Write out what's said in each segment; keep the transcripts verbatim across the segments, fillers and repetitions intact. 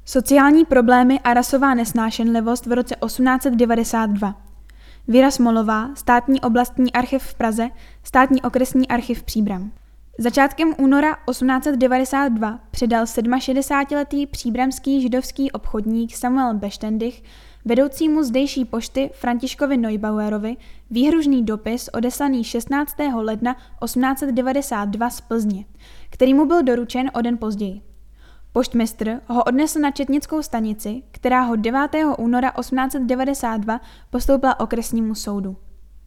Sociální problémy a rasová nesnášenlivost v roce osmnáct set devadesát dva. Věra Smolová, Státní oblastní archiv v Praze, Státní okresní archiv Příbram. Začátkem února osmnáct set devadesát dva předal šedesátisedmiletý příbramský židovský obchodník Samuel Beštendich vedoucímu zdejší pošty Františkovi Neubauerovi výhružný dopis odeslaný šestnáctého ledna osmnáct set devadesát dva z Plzně, který mu byl doručen o den později. Poštmistr ho odnesl na četnickou stanici, která ho devátého února osmnáct set devadesát dva postoupila okresnímu soudu.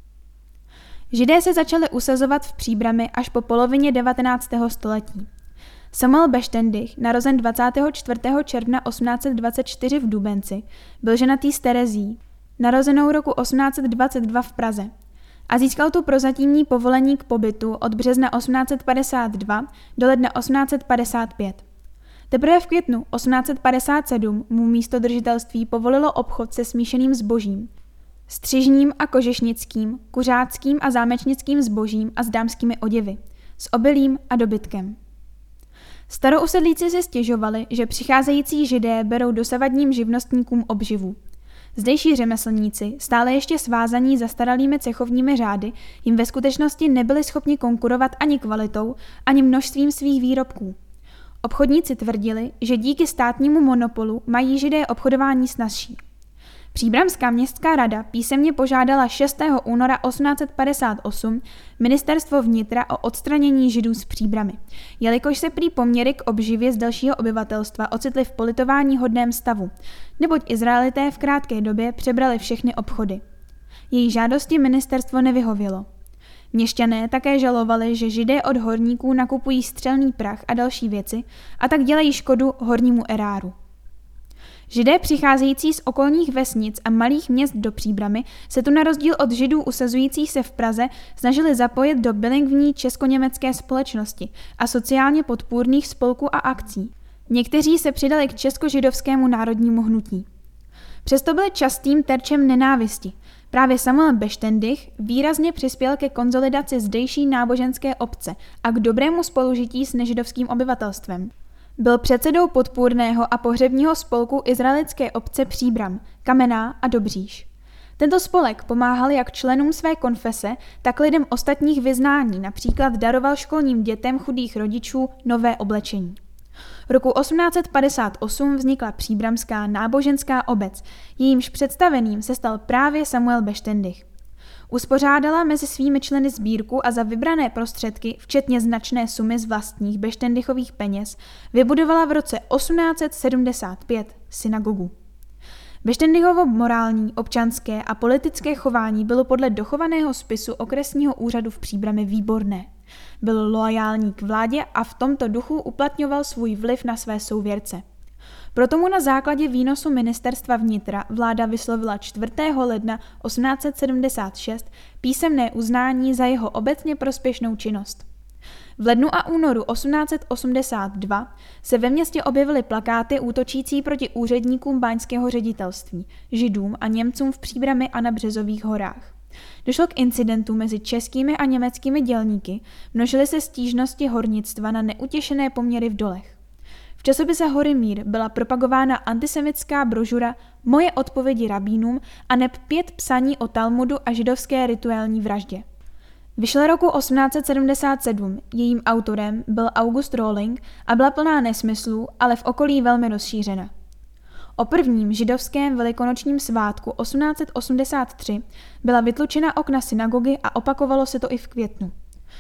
Židé se začali usazovat v Příbrami až po polovině devatenáctého století. Samuel Beštendich, narozen dvacátého čtvrtého června osmnáct set dvacet čtyři v Dubenci, byl ženatý s Terezí, narozenou roku osmnáct set dvacet dva v Praze, a získal tu prozatímní povolení k pobytu od března osmnáct set padesát dva do ledna osmnáct set padesát pět. Teprve v květnu osmnáct set padesát sedm mu místodržitelství povolilo obchod se smíšeným zbožím, střižním a kožešnickým, kuřáckým a zámečnickým zbožím a s dámskými oděvy, s obilím a dobytkem. Starousedlíci si stěžovali, že přicházející Židé berou dosavadním živnostníkům obživu. Zdejší řemeslníci, stále ještě svázaní zastaralými cechovními řády, jim ve skutečnosti nebyli schopni konkurovat ani kvalitou, ani množstvím svých výrobků. Obchodníci tvrdili, že díky státnímu monopolu mají Židé obchodování snazší. Příbramská městská rada písemně požádala šestého února osmnáct set padesát osm ministerstvo vnitra o odstranění Židů z Příbrami, jelikož se prý poměry k obživě z dalšího obyvatelstva ocitly v politování hodném stavu, neboť Izraelité v krátké době přebrali všechny obchody. Její žádosti ministerstvo nevyhovělo. Měšťané také žalovali, že Židé od horníků nakupují střelný prach a další věci a tak dělají škodu hornímu eráru. Židé přicházející z okolních vesnic a malých měst do Příbramy se tu na rozdíl od Židů usazujících se v Praze snažili zapojit do bilingvní česko-německé společnosti a sociálně podpůrných spolků a akcí. Někteří se přidali k česko-židovskému národnímu hnutí. Přesto byli častým terčem nenávisti. Právě Samuel Beštendich výrazně přispěl ke konzolidaci zdejší náboženské obce a k dobrému spolužití s nežidovským obyvatelstvem. Byl předsedou podpůrného a pohřebního spolku izraelské obce Příbram, Kamenná a Dobříš. Tento spolek pomáhal jak členům své konfese, tak lidem ostatních vyznání, například daroval školním dětem chudých rodičů nové oblečení. Roku osmnáct set padesát osm vznikla Příbramská náboženská obec, jejímž představeným se stal právě Samuel Beštendich. Uspořádala mezi svými členy sbírku a za vybrané prostředky, včetně značné sumy z vlastních Beštendichových peněz, vybudovala v roce osmnáct set sedmdesát pět synagogu. Beštendichovo morální, občanské a politické chování bylo podle dochovaného spisu okresního úřadu v Příbrami výborné. Byl loajální k vládě a v tomto duchu uplatňoval svůj vliv na své souvěrce. Proto mu na základě výnosu ministerstva vnitra vláda vyslovila čtvrtého ledna osmnáct set sedmdesát šest písemné uznání za jeho obecně prospěšnou činnost. V lednu a únoru osmnáct set osmdesát dva se ve městě objevily plakáty útočící proti úředníkům báňského ředitelství, Židům a Němcům v Příbrami a na Březových horách. Došlo k incidentu mezi českými a německými dělníky, množily se stížnosti hornictva na neutěšené poměry v dolech. V časopise Hory mír byla propagována antisemitská brožura Moje odpovědi rabínům a neb pět psaní o Talmudu a židovské rituální vraždě. Vyšla roku osmnáct set sedmdesát sedm, jejím autorem byl August Rohling a byla plná nesmyslů, ale v okolí velmi rozšířena. O prvním židovském velikonočním svátku osmnáct set osmdesát tři byla vytlučena okna synagogy a opakovalo se to i v květnu.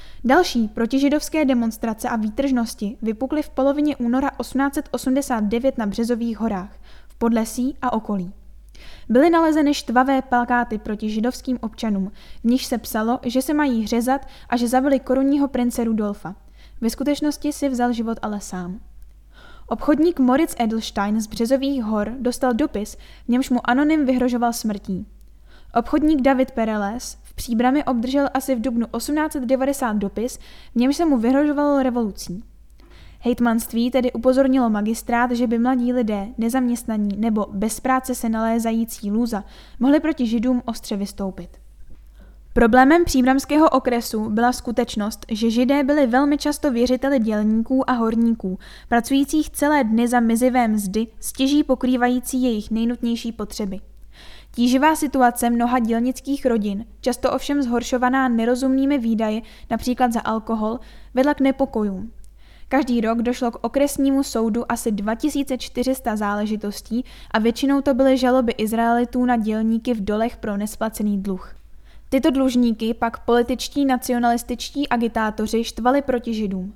Další protižidovské demonstrace a výtržnosti vypukly v polovině února osmnáct set osmdesát devět na Březových horách, v Podlesí a okolí. Byly nalezeny štvavé plakáty proti židovským občanům, v nichž se psalo, že se mají řezat a že zabili korunního prince Rudolfa. Ve skutečnosti si vzal život ale sám. Obchodník Moritz Edelstein z Březových hor dostal dopis, v němž mu anonym vyhrožoval smrtí. Obchodník David Pereles v Příbrami obdržel asi v dubnu osmnáct set devadesát dopis, v němž se mu vyhrožovalo revolucí. Hejtmanství tedy upozornilo magistrát, že by mladí lidé, nezaměstnaní nebo bez práce se nalézající lůza mohli proti Židům ostře vystoupit. Problémem příbramského okresu byla skutečnost, že Židé byli velmi často věřiteli dělníků a horníků, pracujících celé dny za mizivé mzdy, stěží pokrývající jejich nejnutnější potřeby. Tíživá situace mnoha dělnických rodin, často ovšem zhoršovaná nerozumnými výdaji, například za alkohol, vedla k nepokojům. Každý rok došlo k okresnímu soudu asi dva tisíce čtyři sta záležitostí a většinou to byly žaloby Izraelitů na dělníky v dolech pro nesplacený dluh. Tyto dlužníky pak političtí nacionalističtí agitátoři štvali proti Židům.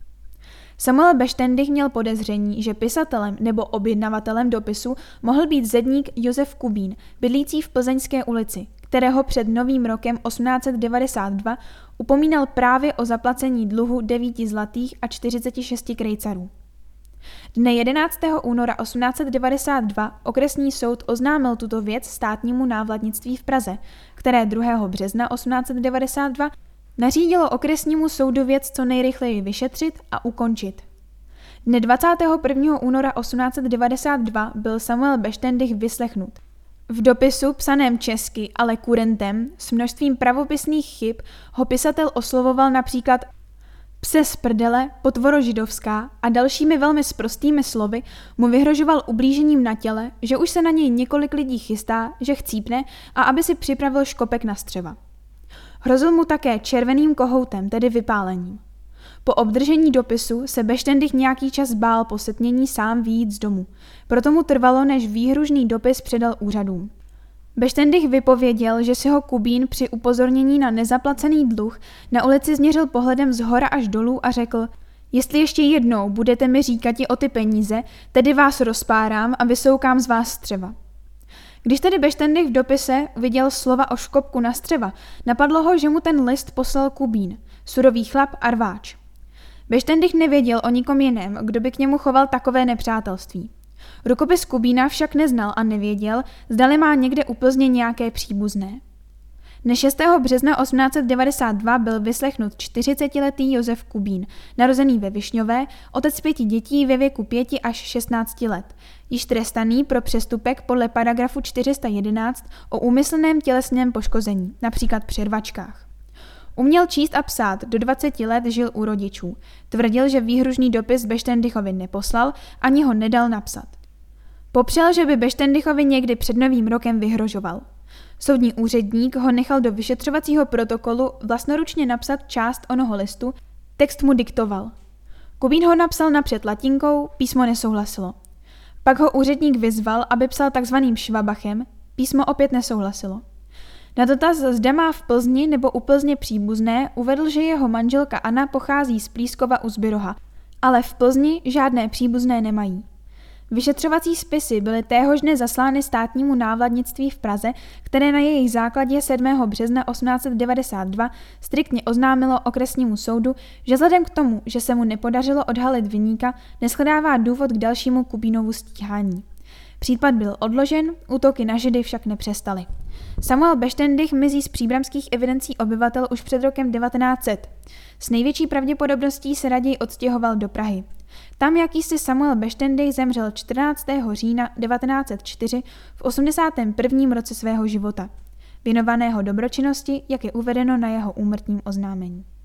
Samuel Beštendich měl podezření, že pisatelem nebo objednavatelem dopisu mohl být zedník Josef Kubín, bydlící v Plzeňské ulici, kterého před novým rokem osmnáct set devadesát dva upomínal právě o zaplacení dluhu devíti zlatých a čtyřiceti šesti krejcarů. Dne jedenáctého února osmnáct set devadesát dva okresní soud oznámil tuto věc státnímu návladnictví v Praze, které druhého března osmnáct set devadesát dva nařídilo okresnímu soudu věc co nejrychleji vyšetřit a ukončit. Dne dvacátého prvního února osmnáct set devadesát dva byl Samuel Beštendich vyslechnut. V dopisu psaném česky, ale kurentem, s množstvím pravopisných chyb, ho pisatel oslovoval například pse z prdele, potvoro židovská a dalšími velmi sprostými slovy mu vyhrožoval ublížením na těle, že už se na něj několik lidí chystá, že chcípne a aby si připravil škopek na střeva. Hrozil mu také červeným kohoutem, tedy vypálením. Po obdržení dopisu se Beštendich nějaký čas bál po setmění sám vyjít z domu, proto mu trvalo, než výhružný dopis předal úřadům. Beštendich vypověděl, že si ho Kubín při upozornění na nezaplacený dluh na ulici změřil pohledem zhora až dolů a řekl: jestli ještě jednou budete mi říkati o ty peníze, tedy vás rozpárám a vysoukám z vás střeva. Když tedy Beštendich v dopise viděl slova o škopku na střeva, napadlo ho, že mu ten list poslal Kubín, surový chlap a rváč. Beštendich nevěděl o nikom jiném, kdo by k němu choval takové nepřátelství. Rukopis Kubína však neznal a nevěděl, zdali má někde u Plzně nějaké příbuzné. Dne šestého března osmnáct set devadesát dva byl vyslechnut čtyřicetiletý Josef Kubín, narozený ve Višňové, otec pěti dětí ve věku pěti až šestnácti let, již trestaný pro přestupek podle paragrafu čtyři sta jedenáct o úmyslném tělesném poškození, například při rvačkách. Uměl číst a psát, do dvaceti let žil u rodičů. Tvrdil, že výhružný dopis Beštendichovi neposlal, ani ho nedal napsat. Popřel, že by Beštendichovi někdy před novým rokem vyhrožoval. Soudní úředník ho nechal do vyšetřovacího protokolu vlastnoručně napsat část onoho listu, text mu diktoval. Kubín ho napsal napřed latinkou, písmo nesouhlasilo. Pak ho úředník vyzval, aby psal takzvaným švabachem, písmo opět nesouhlasilo. Na dotaz, zda má v Plzni nebo u Plzně příbuzné, uvedl, že jeho manželka Anna pochází z Plískova u Zbyroha, ale v Plzni žádné příbuzné nemají. Vyšetřovací spisy byly téhož dne zaslány státnímu návladnictví v Praze, které na jejich základě sedmého března osmnáct set devadesát dva striktně oznámilo okresnímu soudu, že vzhledem k tomu, že se mu nepodařilo odhalit viníka, neshledává důvod k dalšímu Kubínovu stíhání. Případ byl odložen, útoky na Židy však nepřestaly. Samuel Beštendich mizí z příbramských evidencí obyvatel už před rokem devatenáct set. S největší pravděpodobností se raději odstěhoval do Prahy. Tam jakýsi Samuel Beštendich zemřel čtrnáctého října devatenáct set čtyři v osmdesátém prvním roce svého života, věnovaného dobročinnosti, jak je uvedeno na jeho úmrtním oznámení.